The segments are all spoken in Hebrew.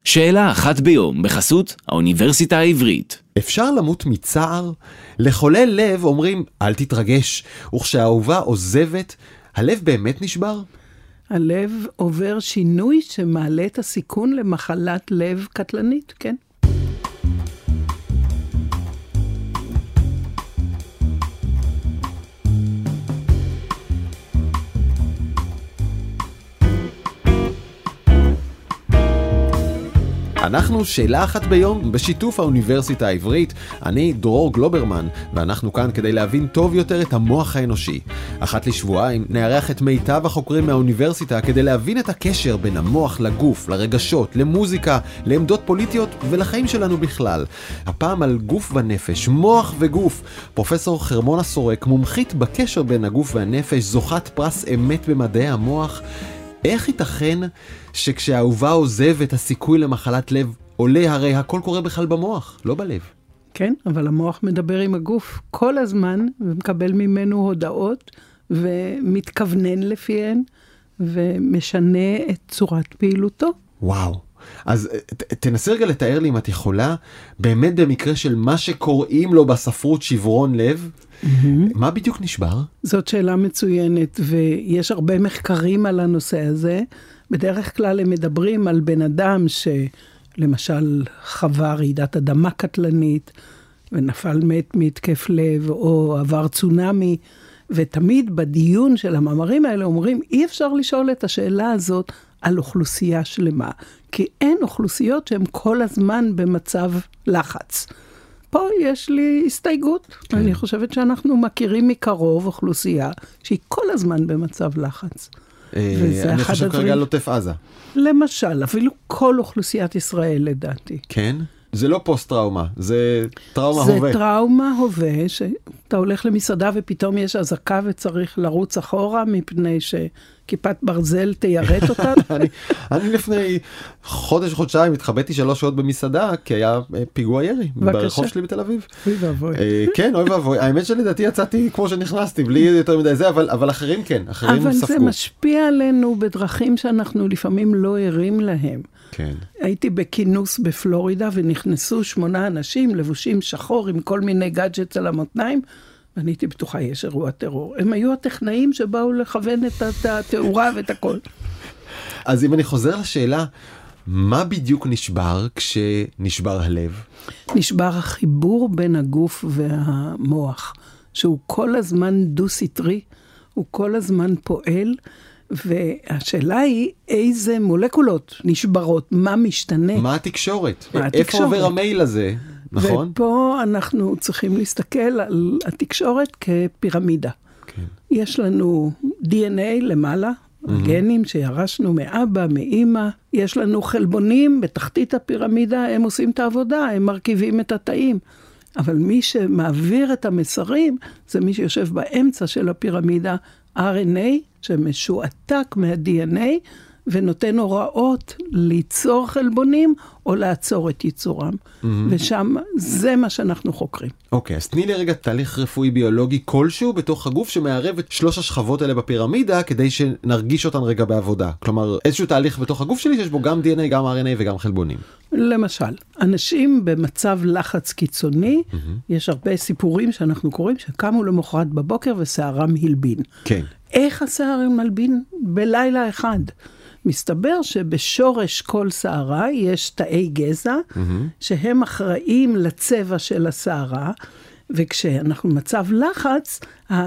שאלה אחת ביום בחסות האוניברסיטה העברית. אפשר למות מצער? לחולי לב אומרים, אל תתרגש, וכשהאהובה עוזבת, הלב באמת נשבר? הלב עובר שינוי שמעלה את הסיכון למחלת לב קטלנית, כן? אנחנו שאלה אחת ביום בשיתוף האוניברסיטה העברית. אני דרור גלוברמן, ואנחנו כאן כדי להבין טוב יותר את המוח האנושי. אחת לשבועיים נארח את מיטב החוקרים מהאוניברסיטה כדי להבין את הקשר בין המוח לגוף, לרגשות, למוזיקה, לעמדות פוליטיות ולחיים שלנו בכלל. הפעם על גוף ונפש, מוח וגוף. פרופסור חרמונה סורק, מומחית בקשר בין הגוף והנפש, זוכת פרס אמת במדעי המוח. איך ייתכן שכשהאהובה עוזבת הסיכוי למחלת לב עולה? הרי הכל קורה בכלל במוח, לא בלב. כן, אבל המוח מדבר עם הגוף כל הזמן, ומקבל ממנו הודעות, ומתכוונן לפיהן, ומשנה את צורת פעילותו. וואו. אז תנסי רגע לתאר לי אם את יכולה, באמת במקרה של מה שקוראים לו בספרות שברון לב, מה בדיוק נשבר? זאת שאלה מצוינת, ויש הרבה מחקרים על הנושא הזה. בדרך כלל הם מדברים על בן אדם שלמשל חווה רעידת אדמה קטלנית, ונפל מת מהתקף לב, או עבר צונמי, ותמיד בדיון של המאמרים האלה אומרים, אי אפשר לשאול את השאלה הזאת על אוכלוסייה שלמה, כי אין אוכלוסיות שהן כל הזמן במצב לחץ. פה יש לי הסתייגות. כן. אני חושבת שאנחנו מכירים מקרוב אוכלוסייה שהיא כל הזמן במצב לחץ. אני חושב כרגע על עוטף עזה. למשל, אפילו כל אוכלוסיית ישראל לדעתי. כן? זה לא פוסט-טראומה, זה טראומה הווה. זה טראומה הווה, שאתה הולך למסעדה ופתאום יש אזעקה וצריך לרוץ אחורה, מפני שכיפת ברזל תיירט אותה. אני לפני חודשיים התחבאתי 3 שעות במסעדה, כי היה פיגוע ירי ברחוב שלי בתל אביב. אוי ואבוי. כן, אוי ואבוי. האמת שלדעתי יצאתי כמו שנכנסתי, בלי יותר מדי זה, אבל אחרים כן, אחרים ספגו. אבל זה משפיע עלינו בדרכים שאנחנו לפעמים לא ערים להם. כן. הייתי בכינוס בפלורידה ונכנסו 8 אנשים לבושים שחור עם כל מיני גאדג'טס על המותניים, ואני הייתי בטוחה יש אירוע טרור. הם היו הטכנאים שבאו לכוון את התאורה ואת הכל. אז אם אני חוזר לשאלה, מה בדיוק נשבר כשנשבר הלב? נשבר החיבור בין הגוף והמוח, שהוא כל הזמן דו-סטרי, הוא כל הזמן פועל, והשאלה היא איזה מולקולות נשברות, מה משתנה. מה התקשורת? איפה עובר המייל הזה, נכון? ופה אנחנו צריכים להסתכל על התקשורת כפירמידה. כן. יש לנו DNA למעלה, גנים שירשנו מאבא, מאמא, יש לנו חלבונים בתחתית הפירמידה, הם עושים את העבודה, הם מרכיבים את התאים. אבל מי שמעביר את המסרים, זה מי שיושב באמצע של הפירמידה, RNA, שמשועתק מה-DNA, ונותן הוראות ליצור חלבונים, או לעצור את ייצורם. ושם זה מה שאנחנו חוקרים. אוקיי, אז תני לי רגע תהליך רפואי ביולוגי כלשהו בתוך הגוף שמערב את 3 השכבות האלה בפירמידה, כדי שנרגיש אותן רגע בעבודה. כלומר, איזשהו תהליך בתוך הגוף שלי שיש בו גם DNA, גם RNA וגם חלבונים. למשל, אנשים במצב לחץ קיצוני, יש הרבה סיפורים שאנחנו קוראים, שקמו למחרת בבוקר ושערם הלבין. כן. איך השער מלבין? בלילה אחד. מסתבר שבשורש כל שערה יש תאי גזע, שהם אחראים לצבע של השערה, וכשאנחנו במצב לחץ,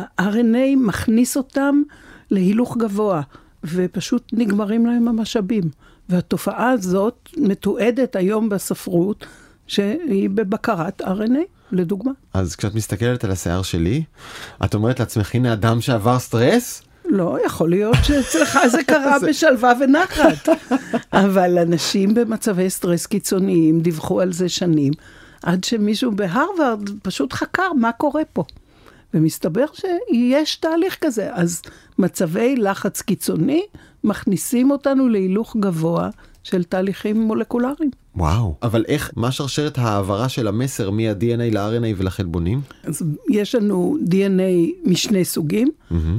ה-RNA מכניס אותם להילוך גבוה, ופשוט נגמרים להם המשאבים. והתופעה הזאת מתועדת היום בספרות, שהיא בבקרת RNA, לדוגמה. אז כשאת מסתכלת על השיער שלי, את אומרת לעצמך, הנה אדם שעבר סטרס? לא, יכול להיות שאצלך זה קרה בשלווה ונחת. אבל אנשים במצבי סטרס קיצוניים דיווחו על זה שנים, עד שמישהו בהרווארד פשוט חקר מה קורה פה. ומסתבר שיש תהליך כזה. אז מצבי לחץ קיצוני מכניסים אותנו להילוך גבוה של תהליכים מולקולריים. וואו. אבל איך, מה שרשרת העברה של המסר מה-DNA ל-RNA ולחלבונים? אז יש לנו DNA משני סוגים.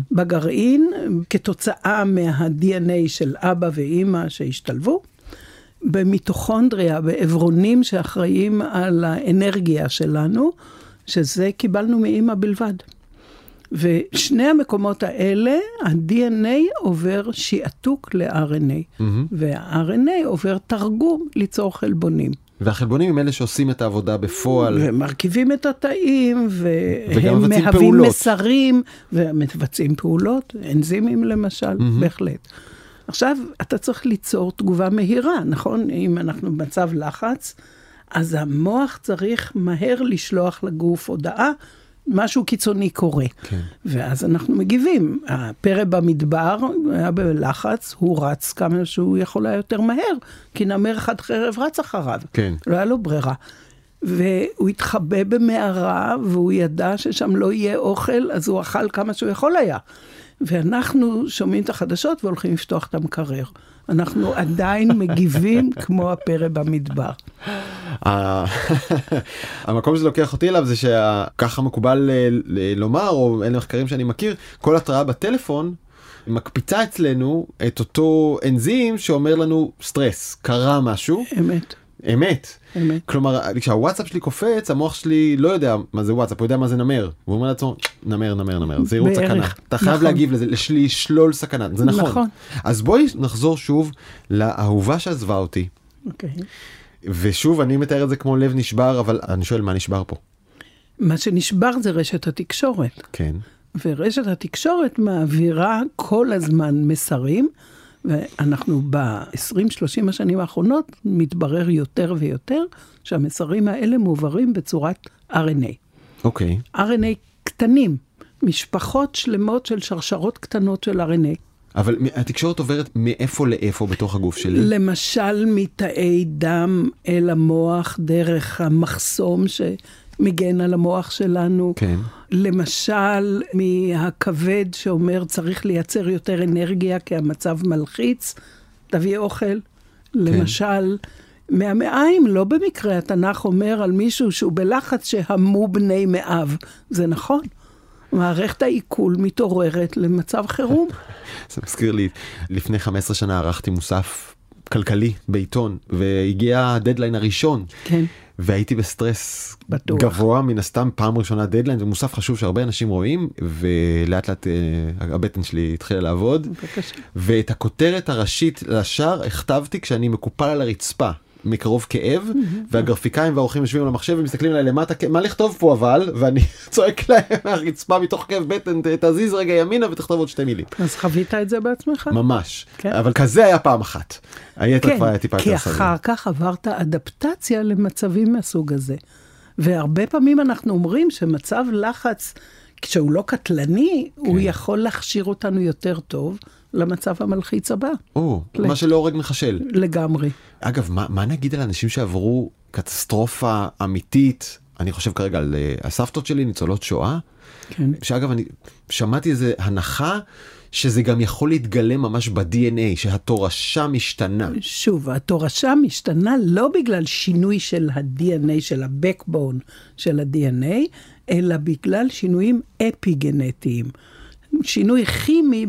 בגרעין, כתוצאה מה-DNA של אבא ואמא שהשתלבו, במיטוכונדריה, בעברונים שאחראים על האנרגיה שלנו, שזה קיבלנו מאמא בלבד. ושני המקומות האלה, ה-DNA עובר שיעתוק ל-RNA, וה-RNA עובר תרגום ליצור חלבונים. והחלבונים הם אלה שעושים את העבודה בפועל. ומרכיבים את התאים, והם מהווים פעולות. מסרים, ומבצעים פעולות, אנזימים למשל, בהחלט. עכשיו, אתה צריך ליצור תגובה מהירה, נכון? אם אנחנו במצב לחץ, אז המוח צריך מהר לשלוח לגוף הודעה, משהו קיצוני קורה. כן. ואז אנחנו מגיבים. הפרא במדבר היה בלחץ, הוא רץ כמה שהוא יכול היה יותר מהר, כי נמר אחד חרב רץ אחריו. כן. לא היה לו ברירה. והוא התחבא במערה, והוא ידע ששם לא יהיה אוכל, אז הוא אכל כמה שהוא יכול היה. ואנחנו שומעים את החדשות והולכים לפתוח את המקרר. אנחנו עדיין מגיבים כמו הפרא במדבר. המקום שלוקח אותי אליו זה שככה מקובל לומר, או אלה מחקרים שאני מכיר, כל התראה בטלפון מקפיצה אצלנו את אותו אנזים שאומר לנו סטרס, קרה משהו. אמת. אמת. כלומר, כשהוואטסאפ שלי קופץ, המוח שלי לא יודע מה זה וואטסאפ, הוא יודע מה זה נמר. הוא אומר לעצמו, נמר, זה ירות סכנה. אתה חייב להגיב לזה, לשלול סכנה. זה נכון. אז בואי נחזור שוב לאהובה שעזבה אותי. אוקיי. ושוב, אני מתאר את זה כמו לב נשבר, אבל אני שואל, מה נשבר פה? מה שנשבר זה רשת התקשורת. כן. ורשת התקשורת מעבירה כל הזמן מסרים, ואנחנו ב-20-30 השנים האחרונות מתברר יותר ויותר שהמסרים האלה מועברים בצורת RNA. אוקיי. RNA קטנים, משפחות שלמות של שרשרות קטנות של RNA. אבל התקשורת עוברת מאיפה לאיפה בתוך הגוף שלי? למשל מתאי דם אל המוח דרך המחסום שמגן על המוח שלנו. כן. למשל מהכבד שאומר צריך לייצר יותר אנרגיה כי המצב מלחיץ, תביא אוכל. כן. למשל מהמעיים, לא במקרה התנ"ך אומר על מישהו שהוא בלחץ שהמו בני מאב. זה נכון. מערכת העיכול מתעוררת למצב חירום. זה מזכיר לי, לפני 15 שנה ערכתי מוסף כלכלי בעיתון, והגיע הדדליין הראשון. כן. והייתי בסטרס גבוה, מן הסתם פעם ראשונה דדליין, ומוסף חשוב שהרבה אנשים רואים, ולאט לאט הבטן שלי התחילה לעבוד. בבקשה. ואת הכותרת הראשית לשער הכתבתי כשאני מקופל על הרצפה. מקרוב כאב, והגרפיקאים והאורחים יושבים על המחשב ומסתכלים עליי למטה, מה לכתוב פה אבל? ואני צועק להם מהרצפה מתוך כאב בטן, תזיז רגע ימינה ותכתוב עוד 2 מילים. אז חווית את זה בעצמך? ממש. אבל כזה היה פעם אחת. היתר כבר היה טיפה יותר סביר. כי אחר כך עברת אדפטציה למצבים מהסוג הזה. והרבה פעמים אנחנו אומרים שמצב לחץ, כשהוא לא קטלני, הוא יכול להכשיר אותנו יותר טוב למצב המלחיץ הבא. מה שלא הורג מחשל. לגמרי. אגב, מה נגיד על אנשים שעברו קטסטרופה אמיתית? אני חושב כרגע על הסבתות שלי, ניצולות שואה. כן. שאגב, אני שמעתי איזו הנחה שזה גם יכול להתגלם ממש ב-DNA, שהתורשה משתנה. שוב, התורשה משתנה לא בגלל שינוי של ה-DNA, של ה-backbone של ה-DNA, אלא בגלל שינויים אפיגנטיים. שינוי כימי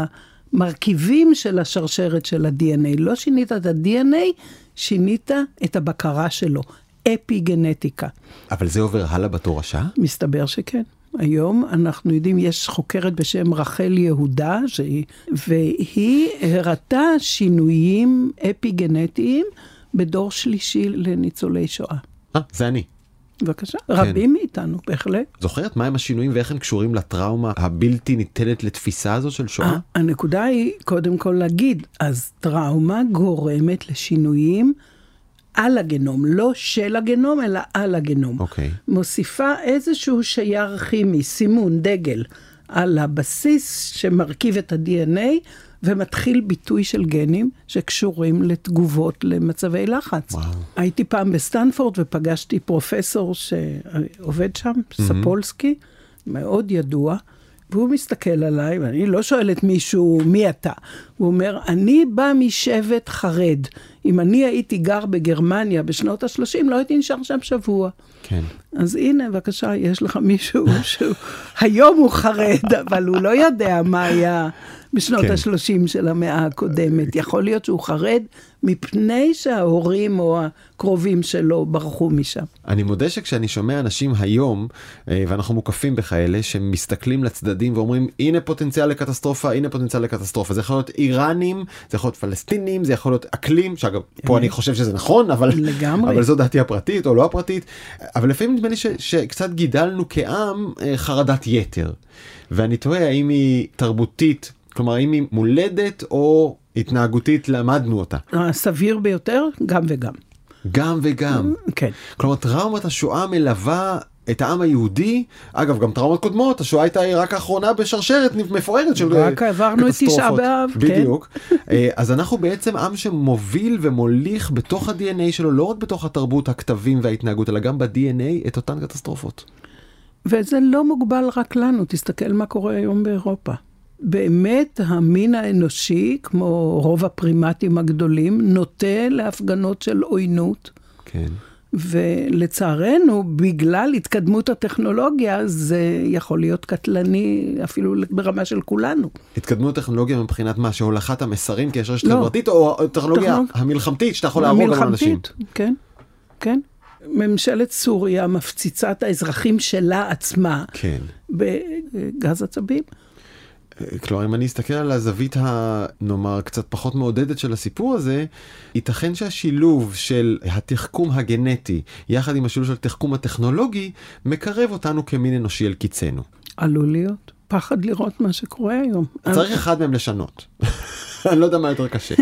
במרכיבים של השרשרת של ה-DNA. לא שינית את ה-DNA, שינית את הבקרה שלו. אפיגנטיקה. אבל זה עובר הלאה בתורשה? מסתבר שכן. היום אנחנו יודעים, יש חוקרת בשם רחל יהודה, והיא הראתה שינויים אפיגנטיים בדור שלישי לניצולי שואה. זה אני. בבקשה, רבים מאיתנו, בהחלט. זוכרת מהם השינויים ואיך הם קשורים לטראומה הבלתי ניתנת לתפיסה הזו של שואה? הנקודה היא קודם כל להגיד, אז טראומה גורמת לשינויים על הגנום, לא של הגנום, אלא על הגנום. אוקיי. מוסיפה איזשהו שייר כימי, סימון, דגל, על הבסיס שמרכיב את ה-DNA, ומתחיל ביטוי של גנים שקשורים לתגובות למצבי לחץ. וואו. הייתי פעם בסטנפורד ופגשתי פרופסור שעובד שם, ספולסקי, מאוד ידוע, והוא מסתכל עליי, ואני לא שואלת מישהו מי אתה. הוא אומר, אני בא משבט חרד. אם אני הייתי גר בגרמניה בשנות ה-30, לא הייתי נשאר שם שבוע. כן. אז הנה, בבקשה, יש לך מישהו שהיום הוא חרד, אבל הוא לא יודע מה היה בשנות ה-30 של המאה הקודמת. יכול להיות שהוא חרד מפני שההורים או הקרובים שלו ברחו משם. אני מודה שכשאני שומע אנשים היום, ואנחנו מוקפים בכאלה, שמסתכלים לצדדים ואומרים, הנה פוטנציאל לקטסטרופה, הנה פוטנציאל לקטסטרופה. זה יכול להיות איראנים, זה יכול להיות פלסטינים, זה יכול להיות אקלים, שאגב, פה אני חושב שזה נכון, אבל זו דעתי הפרטית או לא הפרטית. אבל לפעמים נדמה לי שקצת גידלנו כעם חרדת יתר. ואני תוהה האם היא תרבותית, כלומר, האם היא מולדת או התנהגותית למדנו אותה? הסביר ביותר, גם וגם. גם וגם. כן. כלומר, טראומת השואה מלווה את העם היהודי, אגב, גם טראומות קודמות, השואה הייתה רק האחרונה בשרשרת מפוארת של קטסטרופות. רק עברנו את תשעה באב, כן. בדיוק. אז אנחנו בעצם עם שמוביל ומוליך בתוך ה-DNA שלו, לא רק בתוך התרבות, הכתבים וההתנהגות, אלא גם ב-DNA את אותן קטסטרופות. וזה לא מוגבל רק לנו, תסתכל מה קורה היום באירופה. באמת המין האנושי, כמו רוב הפרימטים הגדולים, נוטה להפגנות של עוינות. כן. ולצערנו, בגלל התקדמות הטכנולוגיה, זה יכול להיות קטלני אפילו ברמה של כולנו. התקדמות הטכנולוגיה מבחינת מה? שהולכת המסרים כרשת חברתית, או הטכנולוגיה המלחמתית שאתה יכול להרוג על אנשים? כן, כן. ממשלת סוריה מפציצה את האזרחים שלה עצמה. כן. בגז עצבים. כלומר, אם אני אסתכל על הזווית הנאמר קצת פחות מעודדת של הסיפור הזה, ייתכן שהשילוב של התחכום הגנטי, יחד עם השילוב של התחכום הטכנולוגי, מקרב אותנו כמין אנושי אל קיצנו. עלול להיות. פחד לראות מה שקורה היום. צריך אחד מהם לשנות. אני לא יודע מה יותר קשה.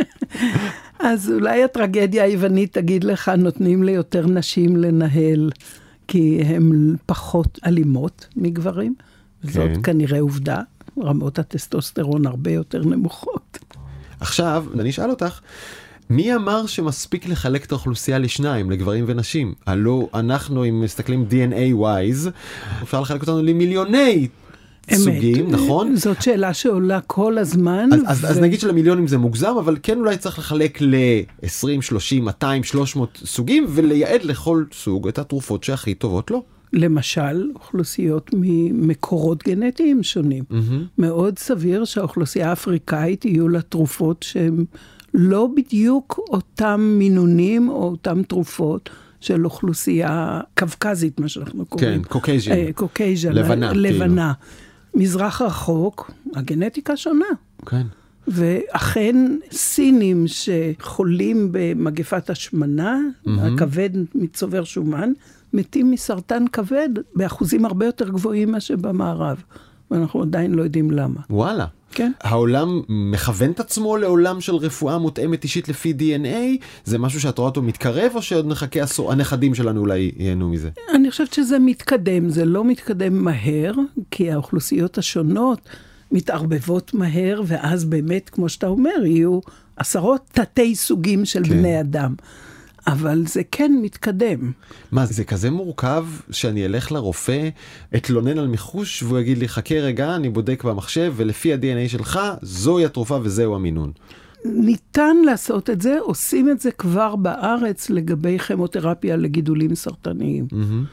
אז אולי הטרגדיה היוונית תגיד לך, נותנים ליותר נשים לנהל, כי הן פחות אלימות מגברים. זאת כנראה עובדה. רמות הטסטוסטרון הרבה יותר נמוכות. עכשיו, אני אשאל אותך, מי אמר שמספיק לחלק את האוכלוסייה לשניים, לגברים ונשים? הלא אנחנו, אם מסתכלים DNA-wise, אפשר לחלק אותנו למיליוני סוגים, נכון? זאת שאלה שעולה כל הזמן. אז נגיד שלמיליונים זה מוגזם, אבל כן אולי צריך לחלק ל-20, 30, 200, 300 סוגים, ולייעד לכל סוג את התרופות שהכי טובות לו. למשל, אוכלוסיות ממקורות גנטיים שונים. מאוד סביר שהאוכלוסייה האפריקאית יהיו לה תרופות שהן לא בדיוק אותם מינונים או אותם תרופות של אוכלוסייה קווקזית, מה שאנחנו קוראים. כן, קוקייז'ן. לבנה. מזרח רחוק, הגנטיקה שונה. כן. ואכן סינים שחולים במגפת השמנה, הכבד מצובר שומן, מתים מסרטן כבד באחוזים הרבה יותר גבוהים מאשר במערב. ואנחנו עדיין לא יודעים למה. וואלה. כן. העולם מכוון את עצמו לעולם של רפואה מותאמת אישית לפי DNA? זה משהו שאת רואה אותו מתקרב, או שעוד נחכה הנכדים שלנו אולי ייהנו מזה? אני חושבת שזה מתקדם. זה לא מתקדם מהר, כי האוכלוסיות השונות מתערבבות מהר, ואז באמת, כמו שאתה אומר, יהיו עשרות תתי סוגים של בני אדם. אבל זה כן מתקדם. מה, זה כזה מורכב שאני אלך לרופא, אתלונן על מיחוש, והוא יגיד לי, חכה רגע, אני בודק במחשב, ולפי ה-DNA שלך, זוהי התרופה וזהו המינון. ניתן לעשות את זה, עושים את זה כבר בארץ לגבי כימותרפיה לגידולים סרטניים.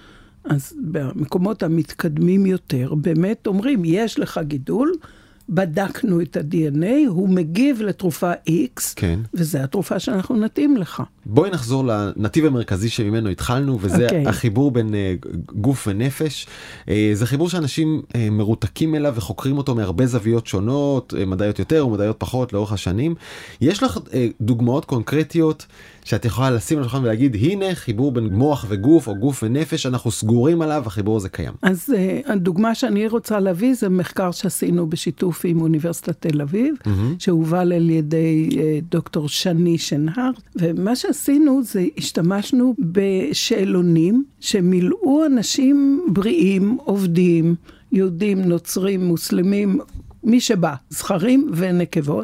אז במקומות המתקדמים יותר, באמת אומרים, יש לך גידול, בדקנו את ה-DNA, הוא מגיב לתרופה X, כן. וזה התרופה שאנחנו נתאים לך. בואי נחזור לנתיב המרכזי שממנו התחלנו, וזה החיבור בין גוף ונפש. זה חיבור שאנשים מרותקים אליו וחוקרים אותו מהרבה זוויות שונות, מדעיות יותר ומדעיות פחות לאורך השנים. יש לך דוגמאות קונקרטיות שאת יכולה לשים על השולחן ולהגיד, הנה חיבור בין מוח וגוף או גוף ונפש, אנחנו סגורים עליו, החיבור הזה קיים. אז הדוגמה שאני רוצה להביא זה מחקר שעשינו בשיתוף עם אוניברסיטת תל אביב, שהובל על ידי דוקטור שני שנהר, ומה שעשינו זה השתמשנו בשאלונים שמילאו אנשים בריאים, עובדים, יהודים, נוצרים, מוסלמים, מי שבא, זכרים ונקבות,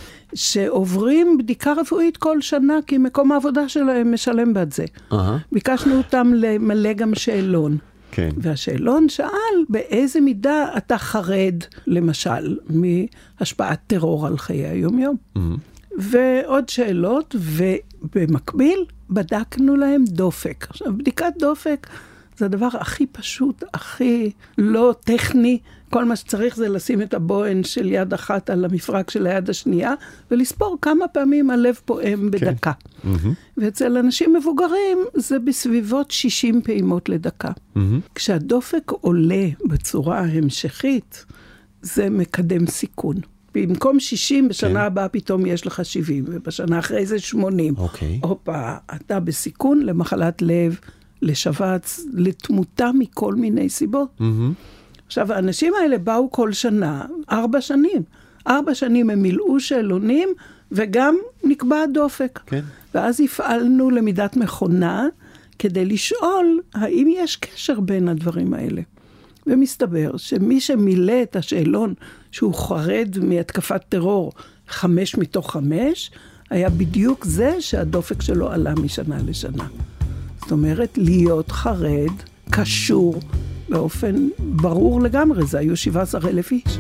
שעוברים בדיקה רפואית כל שנה, כי מקום העבודה שלהם משלם בעד זה. ביקשנו אותם למלא גם שאלון. כן. והשאלון שאל באיזה מידה אתה חרד, למשל, מהשפעת טרור על חיי היום-יום. ועוד שאלות, ובמקביל בדקנו להם דופק. עכשיו, בדיקת דופק זה הדבר הכי פשוט, הכי לא טכני. כל מה שצריך זה לשים את הבוהן של יד אחת על המפרק של היד השנייה, ולספור כמה פעמים הלב פועם בדקה. ואצל אנשים מבוגרים זה בסביבות 60 פעימות לדקה. כשהדופק עולה בצורה המשכית, זה מקדם סיכון. במקום 60, בשנה הבאה פתאום יש לך 70, ובשנה אחרי זה 80. הופה, אתה בסיכון למחלת לב, לשבץ, לתמותה מכל מיני סיבות. עכשיו, האנשים האלה באו כל שנה, 4 שנים. 4 שנים הם מילאו שאלונים, וגם נקבע הדופק. כן. ואז הפעלנו למידת מכונה, כדי לשאול האם יש קשר בין הדברים האלה. ומסתבר שמי שמילא את השאלון, שהוא חרד מהתקפת טרור 5 מתוך 5, היה בדיוק זה שהדופק שלו עלה משנה לשנה. זאת אומרת, להיות חרד, קשור, באופן ברור לגמרי, זה היו 17,000 איש.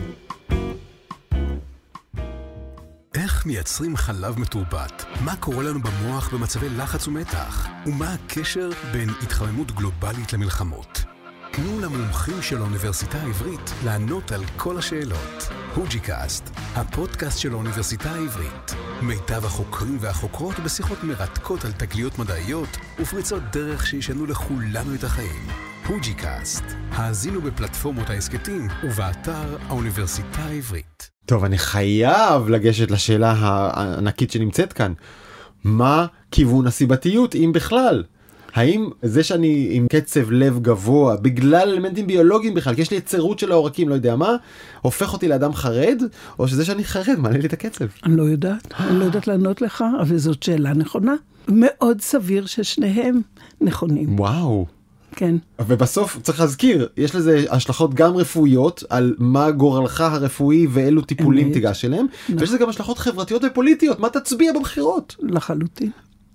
איך מייצרים חלב מתורבת? מה קורה לנו במוח במצבי לחץ ומתח? ומה הקשר בין התחממות גלובלית למלחמות? תנו למומחים של האוניברסיטה העברית לענות על כל השאלות. הוג'יקאסט, הפודקאסט של האוניברסיטה העברית. מיטב החוקרים והחוקרות בשיחות מרתקות על תגליות מדעיות ופריצות דרך שישנו לכולנו את החיים. הוג'יקאסט, האזינו בפלטפורמות העסקתים ובאתר האוניברסיטה העברית. טוב, אני חייב לגשת לשאלה הענקית שנמצאת כאן. מה כיוון הסיבתיות, אם בכלל? האם זה שאני עם קצב לב גבוה, בגלל אלמנטים ביולוגיים בכלל, כי יש לי יצירות של העורקים, לא יודע מה, הופך אותי לאדם חרד, או שזה שאני חרד, מעלה לי את הקצב? אני לא יודעת לענות לך, אבל זאת שאלה נכונה. מאוד סביר ששניהם נכונים. וואו. כן. ובסוף צריך להזכיר, יש לזה השלכות גם רפואיות, על מה גורלך הרפואי ואילו טיפולים תיגש אליהם, ויש לזה גם השלכות חברתיות ופוליטיות, מה תצביע בבחירות? לחלוטין.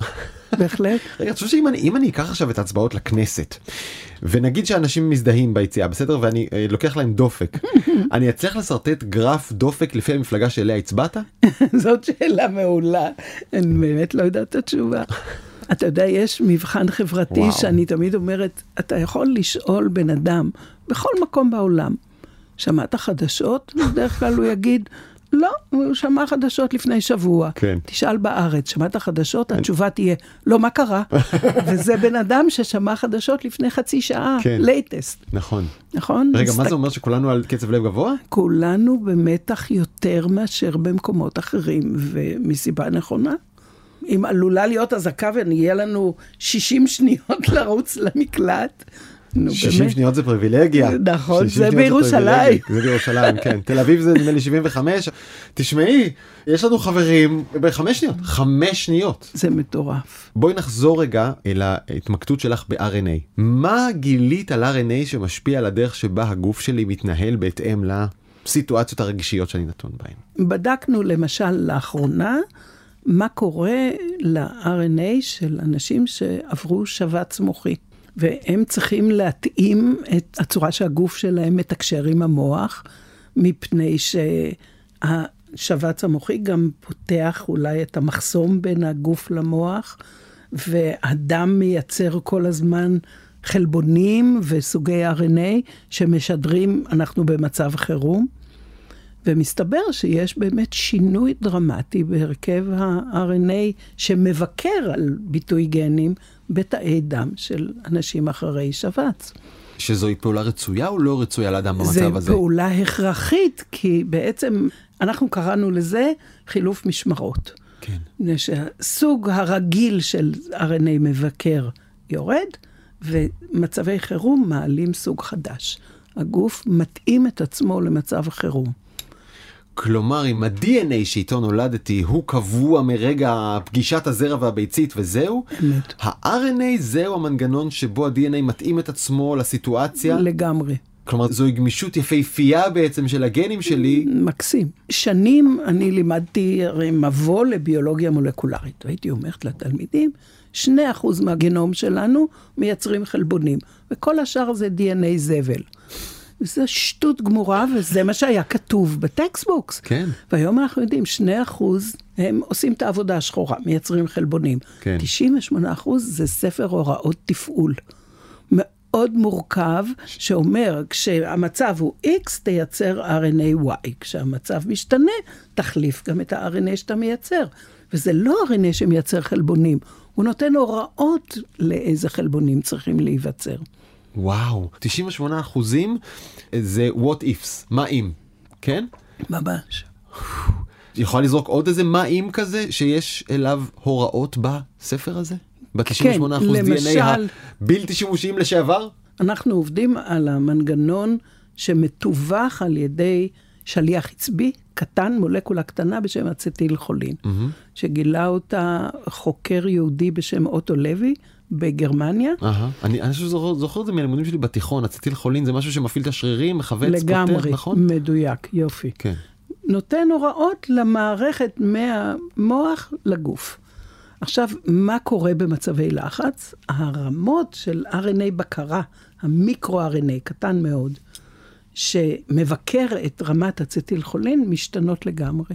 בהחלט. רגע, אני חושב שאם אני אקח עכשיו את ההצבעות לכנסת, ונגיד שאנשים מזדהים ביציאה, בסדר? ואני לוקח להם דופק, אני אצליח לסרטט גרף דופק לפי המפלגה שאליה הצבעת? זאת שאלה מעולה. אני באמת לא יודעת את התשובה. אתה יודע, יש מבחן חברתי שאני תמיד אומרת, אתה יכול לשאול בן אדם, בכל מקום בעולם, שמעת חדשות? בדרך כלל הוא יגיד, לא, הוא שמע חדשות לפני שבוע. כן. תשאל בארץ, שמעת חדשות? התשובה תהיה, לא, מה קרה? וזה בן אדם ששמע חדשות לפני חצי שעה, לייטסט. נכון. נכון? רגע, מה זה אומר שכולנו על קצב לב גבוה? כולנו במתח יותר מאשר במקומות אחרים, ומסיבה נכונה. אם עלולה להיות הזקה ונהיה לנו 60 שניות לרוץ למקלט, 60 שניות זה פריבילגיה. נכון, זה בירושלים. זה בירושלים, כן. תל אביב זה נדמה לי 75. תשמעי, יש לנו חברים ב5 שניות. 5 שניות. זה מטורף. בואי נחזור רגע אל ההתמקדות שלך ב-RNA. מה גילית על RNA שמשפיע על הדרך שבה הגוף שלי מתנהל בהתאם לסיטואציות הרגישיות שאני נתון בהן? בדקנו למשל לאחרונה, מה קורה ל-RNA של אנשים שעברו שבץ מוחי. והם צריכים להתאים את הצורה שהגוף שלהם מתקשר עם המוח, מפני שהשבץ המוחי גם פותח אולי את המחסום בין הגוף למוח, והדם מייצר כל הזמן חלבונים וסוגי RNA שמשדרים אנחנו במצב חירום. ומסתבר שיש באמת שינוי דרמטי בהרכב ה-RNA שמבקר על ביטוי גנים בתאי דם של אנשים אחרי שבץ. שזוהי פעולה רצויה או לא רצויה לאדם במצב הזה? זו פעולה הכרחית, כי בעצם אנחנו קראנו לזה חילוף משמרות. כן. שהסוג הרגיל של RNA מבקר יורד, ומצבי חירום מעלים סוג חדש. הגוף מתאים את עצמו למצב חירום. כלומר, אם ה-DNA שאיתו נולדתי הוא קבוע מרגע פגישת הזרע והביצית וזהו, ה-RNA זהו המנגנון שבו ה-DNA מתאים את עצמו לסיטואציה? לגמרי. כלומר, זוהי גמישות יפהפייה בעצם של הגנים שלי. מקסים. שנים אני לימדתי מבוא לביולוגיה מולקולרית, והייתי אומרת לתלמידים, 2% מהגנום שלנו מייצרים חלבונים, וכל השאר זה DNA זבל. זה שטות גמורה, וזה מה שהיה כתוב בטקסטבוקס. כן. והיום אנחנו יודעים, 2% הם עושים את העבודה השחורה, מייצרים חלבונים. כן. 98% זה ספר הוראות תפעול. מאוד מורכב, שאומר, כשהמצב הוא X, תייצר RNA Y. כשהמצב משתנה, תחליף גם את ה-RNA שאתה מייצר. וזה לא RNA שמייצר חלבונים, הוא נותן הוראות לאיזה חלבונים צריכים להיווצר. וואו, 98% זה what ifs, מה אם, כן? ממש. יכולה לזרוק עוד איזה מה אם כזה, שיש אליו הוראות בספר הזה? ב-98% DNA הבלתי שימושיים לשעבר? אנחנו עובדים על המנגנון שמתווך על ידי שליח עצבי, קטן, מולקולה קטנה בשם אצטיל חולין, שגילה אותה חוקר יהודי בשם אוטו לוי, בגרמניה. אני זוכר את זה מהלימודים שלי בתיכון, אצטיל חולין זה משהו שמפעיל את השרירים, מחווץ, פותח, נכון? לגמרי, מדויק, יופי. כן. נותן הוראות למערכת מהמוח לגוף. עכשיו, מה קורה במצבי לחץ? הרמות של RNA בקרה, המיקרו-RNA, קטן מאוד, שמבקר את רמת אצטיל חולין, משתנות לגמרי.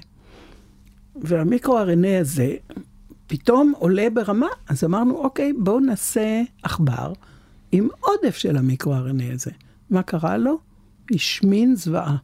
והמיקרו-RNA הזה פתאום עולה ברמה, אז אמרנו, אוקיי, בואו נעשה עכבר עם עודף של המיקרו-RNA הזה. מה קרה לו? השמין זוועה.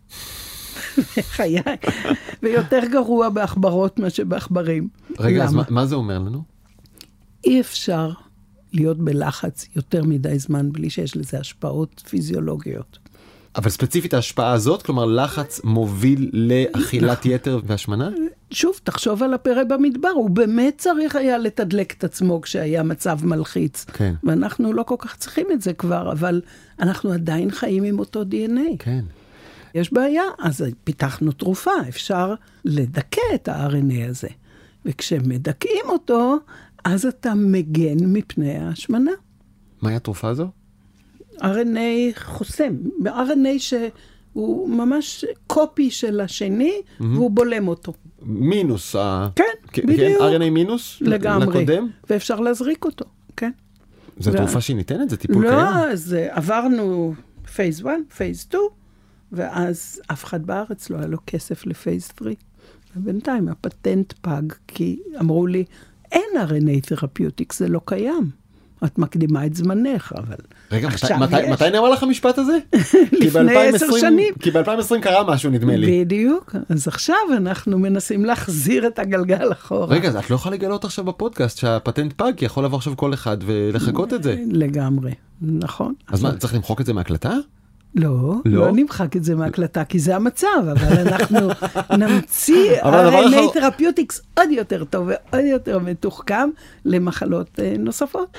חיי. ויותר גרוע בעכברות מה שבעכברים. רגע, אז מה זה אומר לנו? אי אפשר להיות בלחץ יותר מדי זמן בלי שיש לזה השפעות פיזיולוגיות. אבל ספציפית ההשפעה הזאת, כלומר לחץ מוביל לאכילת יתר והשמנה? שוב, תחשוב על הפרא במדבר, הוא באמת צריך היה לתדלק את עצמו כשהיה מצב מלחיץ. כן. ואנחנו לא כל כך צריכים את זה כבר, אבל אנחנו עדיין חיים עם אותו DNA. כן. יש בעיה, אז פיתחנו תרופה, אפשר לדכא את ה-RNA הזה. וכשמדכאים אותו, אז אתה מגן מפני ההשמנה. מהי התרופה הזו? RNA חוסם, RNA שהוא ממש קופי של השני, והוא בולם אותו. מינוס. כן, בדיוק. RNA מינוס? לגמרי. לקודם? ואפשר להזריק אותו, כן. זו תרופה שהיא ניתנת? זה טיפול קיים? לא, אז עברנו פייס 1, פייס 2, ואז אף אחד בארץ לא היה לו כסף לפייס 3. ובינתיים הפטנט פג, כי אמרו לי, אין RNA תרפיוטיק, זה לא קיים. את מקדימה את זמנך, אבל... רגע, מתי נאמר לך המשפט הזה? לפני 10 שנים. כי ב-2020 קרה משהו, נדמה לי. בדיוק. אז עכשיו אנחנו מנסים להחזיר את הגלגל אחורה. רגע, אז את לא יכולה לגלות עכשיו בפודקאסט שהפטנט פג, כי יכול לבוא עכשיו כל אחד ולחכות את זה. לגמרי, נכון. אז מה, צריך למחוק את זה מהקלטה? לא נמחק את זה מהקלטה, כי זה המצב, אבל אנחנו נמציא RNA תרפיוטיקס עוד יותר טוב ועוד יותר מתוחכם למחלות נוספות.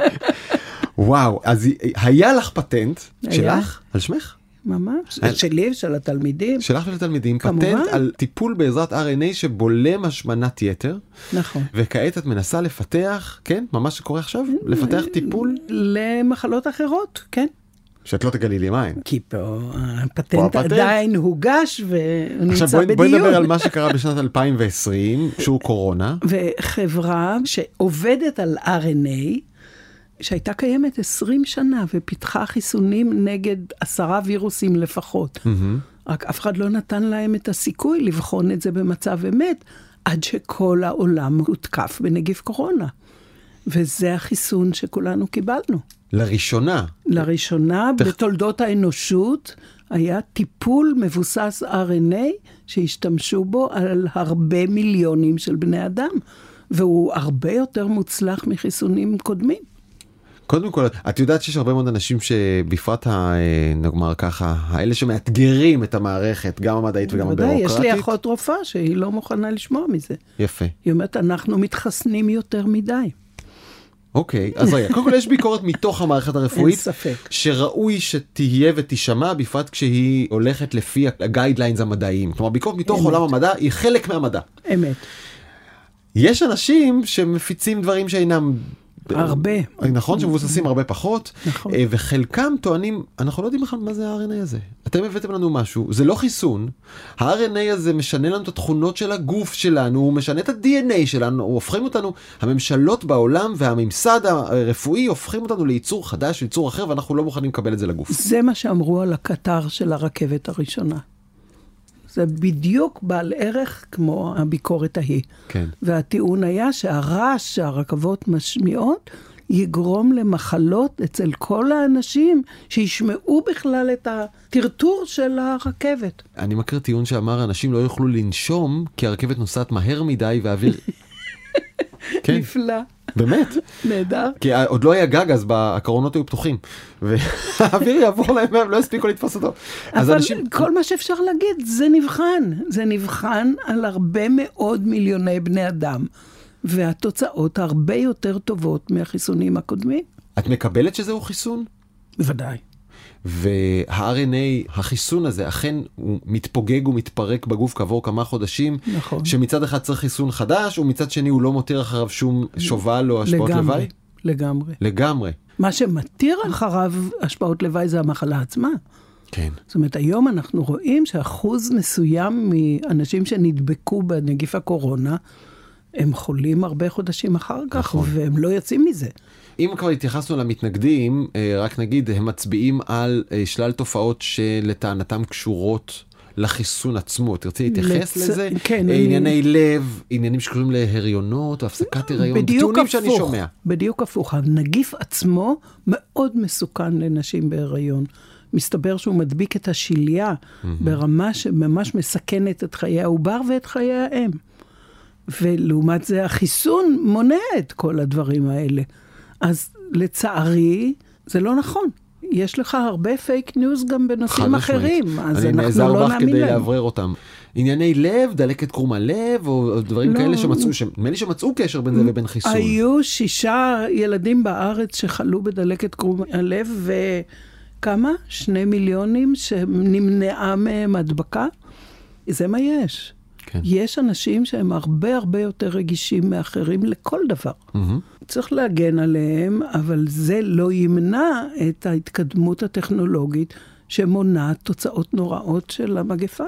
וואו, אז היה לך פטנט שלך? על שמך? ממש, שלי ושל התלמידים. שלך ושל התלמידים, פטנט על טיפול בעזרת RNA שבולם השמנת יתר. נכון. וכעת את מנסה לפתח, כן? ממש שקורה עכשיו? לפתח טיפול? למחלות אחרות, כן. שאת לא תגלי לי מים. כי פה הפטנט עדיין הוגש ונמצא בדיון. עכשיו בואי נדבר על מה שקרה בשנת 2020, שהוא קורונה. וחברה שעובדת על RNA, שהייתה קיימת 20 שנה ופיתחה חיסונים נגד 10 וירוסים לפחות. רק אף אחד לא נתן להם את הסיכוי לבחון את זה במצב אמת, עד שכל העולם הותקף בנגיף קורונה. וזה החיסון שכולנו קיבלנו. לראשונה בתולדות האנושות היה טיפול מבוסס RNA שהשתמשו בו על הרבה מיליונים של בני אדם, והוא הרבה יותר מוצלח מחיסונים קודמים. קודם כל, את יודעת שיש הרבה מאוד אנשים שבפרט, נאמר ככה, האלה שמאתגרים את המערכת, גם המדעית וגם הבירוקרטית. יש לי אחות רופאה שהיא לא מוכנה לשמוע מזה. יפה. היא אומרת, אנחנו מתחסנים יותר מדי. אוקיי, אז רגע, קודם כל יש ביקורת מתוך המערכת הרפואית, אין ספק. שראוי שתהיה ותשמע, בפרט כשהיא הולכת לפי הגיידליינס המדעיים. כלומר, ביקורת מתוך עולם המדע היא חלק מהמדע. אמת. יש אנשים שמפיצים דברים שאינם... הרבה. נכון, שמבוססים הרבה פחות. נכון. וחלקם טוענים, אנחנו לא יודעים בכלל מה זה ה-RNA הזה. אתם הבאתם לנו משהו, זה לא חיסון, ה-RNA הזה משנה לנו את התכונות של הגוף שלנו, הוא משנה את ה-DNA שלנו, הוא הופכים אותנו, הממשלות בעולם והממסד הרפואי הופכים אותנו ליצור חדש, ליצור אחר, ואנחנו לא מוכנים לקבל את זה לגוף. זה מה שאמרו על הקטר של הרכבת הראשונה. זה בדיוק בעל ערך כמו הביקורת ההיא. כן. והטיעון היה שהרעש שהרכבות משמיעות, יגרום למחלות אצל כל האנשים שישמעו בכלל את הטרטור של הרכבת. אני מכיר טיעון שאמר, אנשים לא יוכלו לנשום, כי הרכבת נוסעת מהר מדי והאוויר... כן. נפלא. באמת. נהדר. כי עוד לא היה גג, אז הקרונות היו פתוחים. והאוויר יעבור להם, הם לא הספיקו לתפוס אותו. אבל אנשים... כל מה שאפשר להגיד, זה נבחן. זה נבחן על הרבה מאוד מיליוני בני אדם. והתוצאות הרבה יותר טובות מהחיסונים הקודמים. את מקבלת שזהו חיסון? בוודאי. וה-RNA, החיסון הזה, אכן הוא מתפוגג ומתפרק בגוף כעבור כמה חודשים, נכון. שמצד אחד צריך חיסון חדש, ומצד שני הוא לא מותיר אחריו שום שובל או השפעות לוואי? לגמרי. לגמרי. מה שמתיר אחריו השפעות לוואי זה המחלה עצמה. כן. זאת אומרת, היום אנחנו רואים שאחוז מסוים מאנשים שנדבקו בנגיף הקורונה, הם חולים הרבה חודשים אחר כך, נכון. והם לא יוצאים מזה. אם כבר התייחסנו למתנגדים, רק נגיד, הם מצביעים על שלל תופעות שלטענתם קשורות לחיסון עצמו. תרצי להתייחס לזה? כן. ענייני לב, עניינים שקשורים להריונות, הפסקת הריון, טיעונים שאני שומע. בדיוק הפוך. הנגיף עצמו מאוד מסוכן לנשים בהיריון. מסתבר שהוא מדביק את השיליה ברמה שממש מסכנת את חיי העובר ואת חיי האם. ולעומת זה החיסון מונע את כל הדברים האלה. אז לצערי זה לא נכון. יש לך הרבה פייק ניוז גם בנושאים אחרים. אז אנחנו לא נאמין להם. אני נעזר בך כדי להברר אותם. ענייני לב, דלקת קרום הלב, או דברים כאלה שמצאו, נדמה לי שמצאו קשר בין זה ובין חיסון. היו 6 ילדים בארץ שחלו בדלקת קרום הלב, וכמה? 2 מיליונים שנמנעה מהם הדבקה. זה מה יש. כן. יש אנשים שהם הרבה הרבה יותר רגישים מאחרים לכל דבר. צריך להגן עליהם, אבל זה לא ימנע את ההתקדמות הטכנולוגית שמונעת תוצאות נוראות של המגפה.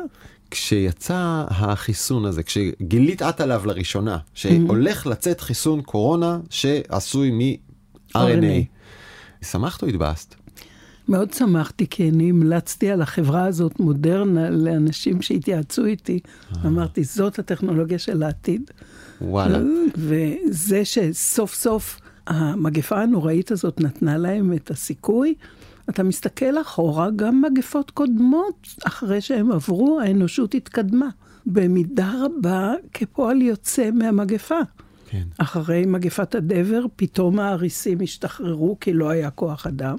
כשיצא החיסון הזה, כשגילית את עליו לראשונה, שהולך לצאת חיסון קורונה שעשוי מ-RNA, שמחת או התבאסת? מאוד שמחתי, כי אני המלצתי על החברה הזאת מודרנה לאנשים שהתייעצו איתי. אמרתי, זאת הטכנולוגיה של העתיד. וואלה. וזה שסוף סוף המגפה הנוראית הזאת נתנה להם את הסיכוי, אתה מסתכל אחורה, גם מגפות קודמות, אחרי שהם עברו, האנושות התקדמה. במידה רבה כפועל יוצא מהמגפה. כן. אחרי מגפת הדבר, פתאום העריסים השתחררו, כי לא היה כוח אדם.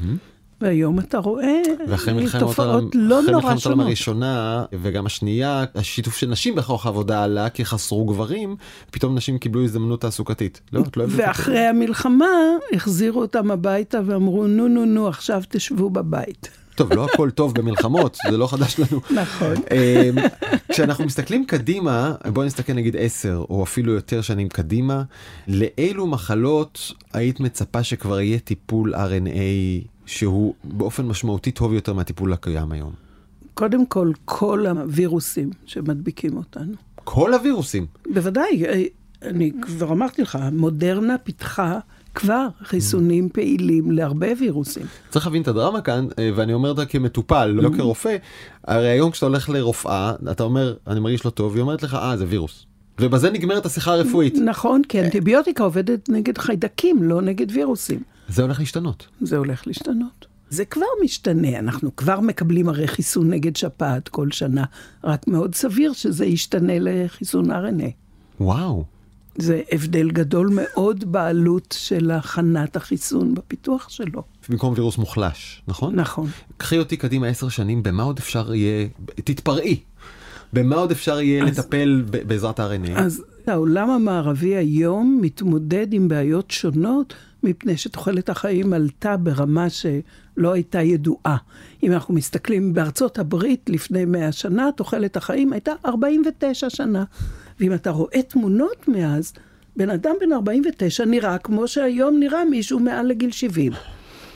והיום אתה רואה תופעות לא נורא שונות. אחרי מלחמת העולם הראשונה וגם השנייה, השיתוף של נשים בכוח העבודה עלה כי חסרו גברים, פתאום נשים קיבלו הזדמנות תעסוקתית. לא, את לא אוהבת. ואחרי המלחמה החזירו אותם הביתה ואמרו, נו, עכשיו תשבו בבית. טוב, לא הכל טוב במלחמות, זה לא חדש לנו. נכון. כשאנחנו מסתכלים קדימה, בואו נסתכל נגיד 10 או אפילו יותר שנים קדימה, לאילו מחלות היית מצפה שכבר יהיה טיפול RNA שהוא באופן משמעותי טוב יותר מהטיפול הקיים היום? קודם כל הווירוסים שמדביקים אותנו. כל הווירוסים? בוודאי, אני כבר אמרתי לך, מודרנה פיתחה כבר חיסונים פעילים להרבה וירוסים. צריך להבין את הדרמה כאן, ואני אומר אותה כמטופל, לא כרופא. הרי היום כשאתה הולך לרופאה, אתה אומר, אני מרגיש לא טוב, היא אומרת לך, זה וירוס. ובזה נגמרת השיחה הרפואית. נכון, כי אנטיביוטיקה עובדת נגד חיידקים, לא נגד וירוסים. זה הולך להשתנות. זה הולך להשתנות. זה כבר משתנה, אנחנו כבר מקבלים הרי חיסון נגד שפעת כל שנה, רק מאוד סביר שזה ישתנה לחיסון RNA. וואו. זה הבדל גדול מאוד בעלות של הכנת החיסון בפיתוח שלו. במקום וירוס מוחלש, נכון? נכון. קחי אותי קדימה 10 שנים, במה עוד אפשר יהיה, תתפרעי, במה עוד אפשר יהיה לטפל בעזרת RNA? אז העולם המערבי היום מתמודד עם בעיות שונות, מפני שתוחלת החיים עלתה ברמה שלא הייתה ידועה. אם אנחנו מסתכלים בארצות הברית לפני 100 שנה, תוחלת החיים הייתה 49 שנה. ואם אתה רואה תמונות מאז, בן אדם בן 49 נראה כמו שהיום נראה מישהו מעל לגיל 70.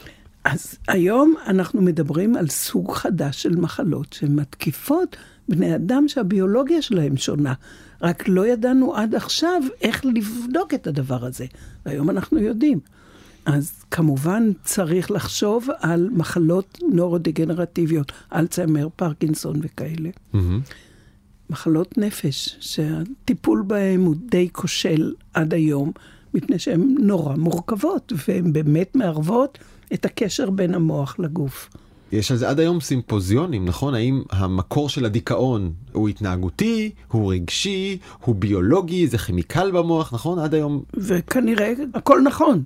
אז היום אנחנו מדברים על סוג חדש של מחלות שמתקיפות בני אדם שהביולוגיה שלהם שונה. רק לא ידענו עד עכשיו איך לבדוק את הדבר הזה. והיום אנחנו יודעים. אז כמובן צריך לחשוב על מחלות נוירודגנרטיביות, אלצהיימר, פרקינסון וכאלה. מחלות נפש, שהטיפול בהם הוא די כושל עד היום, מפני שהן נורא מורכבות, והן באמת מערבות את הקשר בין המוח לגוף. יש על זה עד היום סימפוזיונים, נכון? האם המקור של הדיכאון הוא התנהגותי, הוא רגשי, הוא ביולוגי, זה כימיקל במוח, נכון? עד היום... וכנראה הכל נכון.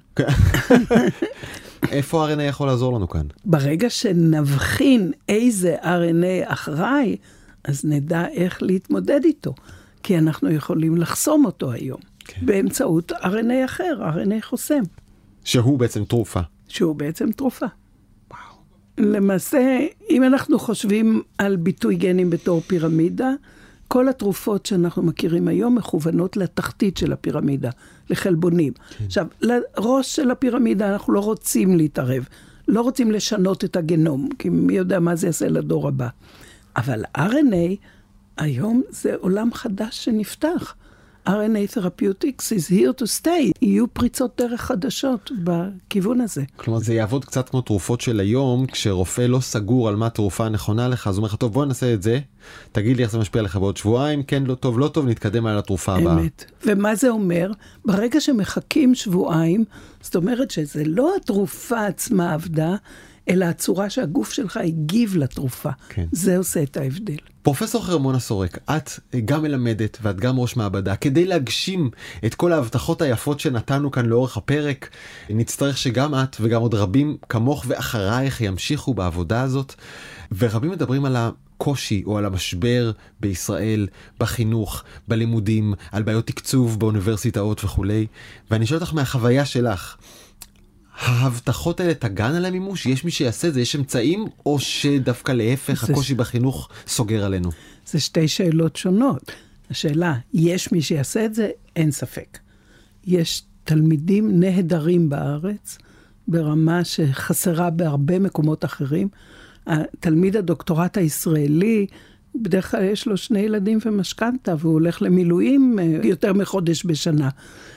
איפה RNA יכול לעזור לנו כאן? ברגע שנבחין איזה RNA אחראי, אז נדע איך להתמודד איתו. כי אנחנו יכולים לחסום אותו היום. כן. באמצעות RNA אחר, RNA חוסם. שהוא בעצם תרופה. שהוא בעצם תרופה. למעשה, אם אנחנו חושבים על ביטוי גנים בתור פירמידה, כל התרופות שאנחנו מכירים היום מכוונות לתחתית של הפירמידה, לחלבונים. כן. עכשיו, לראש של הפירמידה אנחנו לא רוצים להתערב, לא רוצים לשנות את הגנום, כי מי יודע מה זה יעשה לדור הבא. אבל RNA, היום זה עולם חדש שנפתח. RNA Therapeutics is here to stay. יהיו פריצות דרך חדשות בכיוון הזה. כלומר, זה יעבוד קצת כמו תרופות של היום, כשרופא לא סגור על מה תרופה הנכונה לך, אז הוא אומר לך, טוב, בוא נעשה את זה, תגיד לי איך זה משפיע לך בעוד שבועיים, כן, לא טוב, לא טוב, נתקדם על התרופה הבאה. אמת. ומה זה אומר? ברגע שמחכים שבועיים, זאת אומרת שזה לא התרופה עצמה עבדה, אלא הצורה שהגוף שלך הגיב לתרופה. כן. זה עושה את ההבדל. פרופסור חרמונה סורק, את גם מלמדת ואת גם ראש מעבדה. כדי להגשים את כל ההבטחות היפות שנתנו כאן לאורך הפרק, נצטרך שגם את וגם עוד רבים כמוך ואחרייך ימשיכו בעבודה הזאת. ורבים מדברים על הקושי או על המשבר בישראל, בחינוך, בלימודים, על בעיות תקצוב באוניברסיטאות וכו'. ואני שואל אותך מהחוויה שלך, ההבטחות האלה תגן על המימוש? יש מי שיעשה זה? יש אמצעים? או שדווקא להפך, הקושי בחינוך סוגר עלינו? זה שתי שאלות שונות. השאלה, יש מי שיעשה את זה? אין ספק. יש תלמידים נהדרים בארץ, ברמה שחסרה בהרבה מקומות אחרים. התלמיד הדוקטורט הישראלי, בדרך כלל יש לו 2 ילדים ומשכנתה, והוא הולך למילואים יותר מחודש בשנה.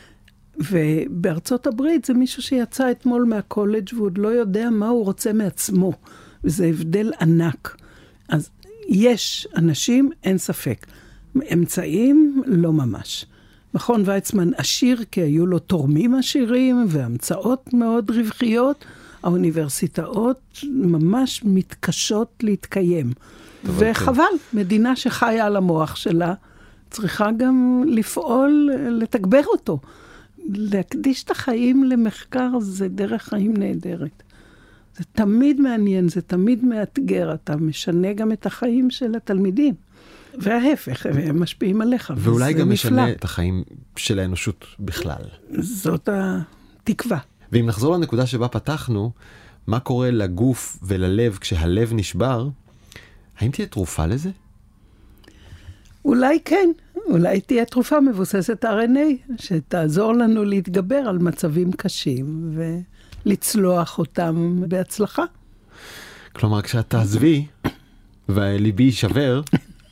ובארצות הברית זה מישהו שיצא אתמול מהקולג' והוא עוד לא יודע מה הוא רוצה מעצמו. וזה הבדל ענק. אז יש אנשים, אין ספק. אמצעים, לא ממש. מכון ויצמן עשיר, כי היו לו תורמים עשירים והמצאות מאוד רווחיות. האוניברסיטאות ממש מתקשות להתקיים. וחבל, מדינה שחיה על המוח שלה, צריכה גם לפעול, לתגבר אותו. להקדיש את החיים למחקר זה דרך חיים נהדרת. זה תמיד מעניין, זה תמיד מאתגר. אתה משנה גם את החיים של התלמידים. וההפך, הם משפיעים עליך. ואולי גם משנה את החיים של האנושות בכלל. זאת התקווה. ואם נחזור לנקודה שבה פתחנו, מה קורה לגוף וללב כשהלב נשבר, האם תהיה תרופה לזה? אולי כן. אולי תהיה תרופה מבוססת RNA, שתעזור לנו להתגבר על מצבים קשים, ולצלוח אותם בהצלחה. כלומר, כשאת תעזבי, וליבי יישבר,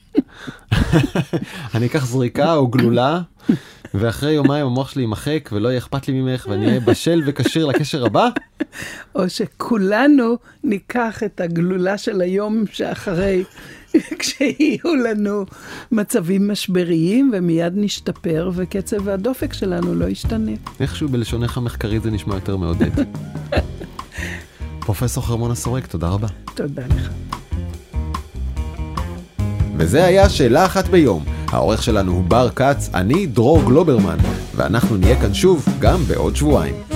אני אקח זריקה או גלולה, ואחרי יומיים המוח שלי יימחק, ולא יהיה אכפת לי ממך, ואני אהיה בשל וקשיר לקשר הבא. או שכולנו ניקח את הגלולה של היום שאחרי, כשיהיו לנו מצבים משבריים, ומיד נשתפר, וקצב הדופק שלנו לא ישתנה. איכשהו בלשונך המחקרית זה נשמע יותר מעודד. פרופסור חרמונה סורק, תודה רבה. תודה לך. וזה היה שאלה אחת ביום. העורך שלנו הוא בר קץ, אני דרור גלוברמן, ואנחנו נהיה כאן שוב גם בעוד שבועיים.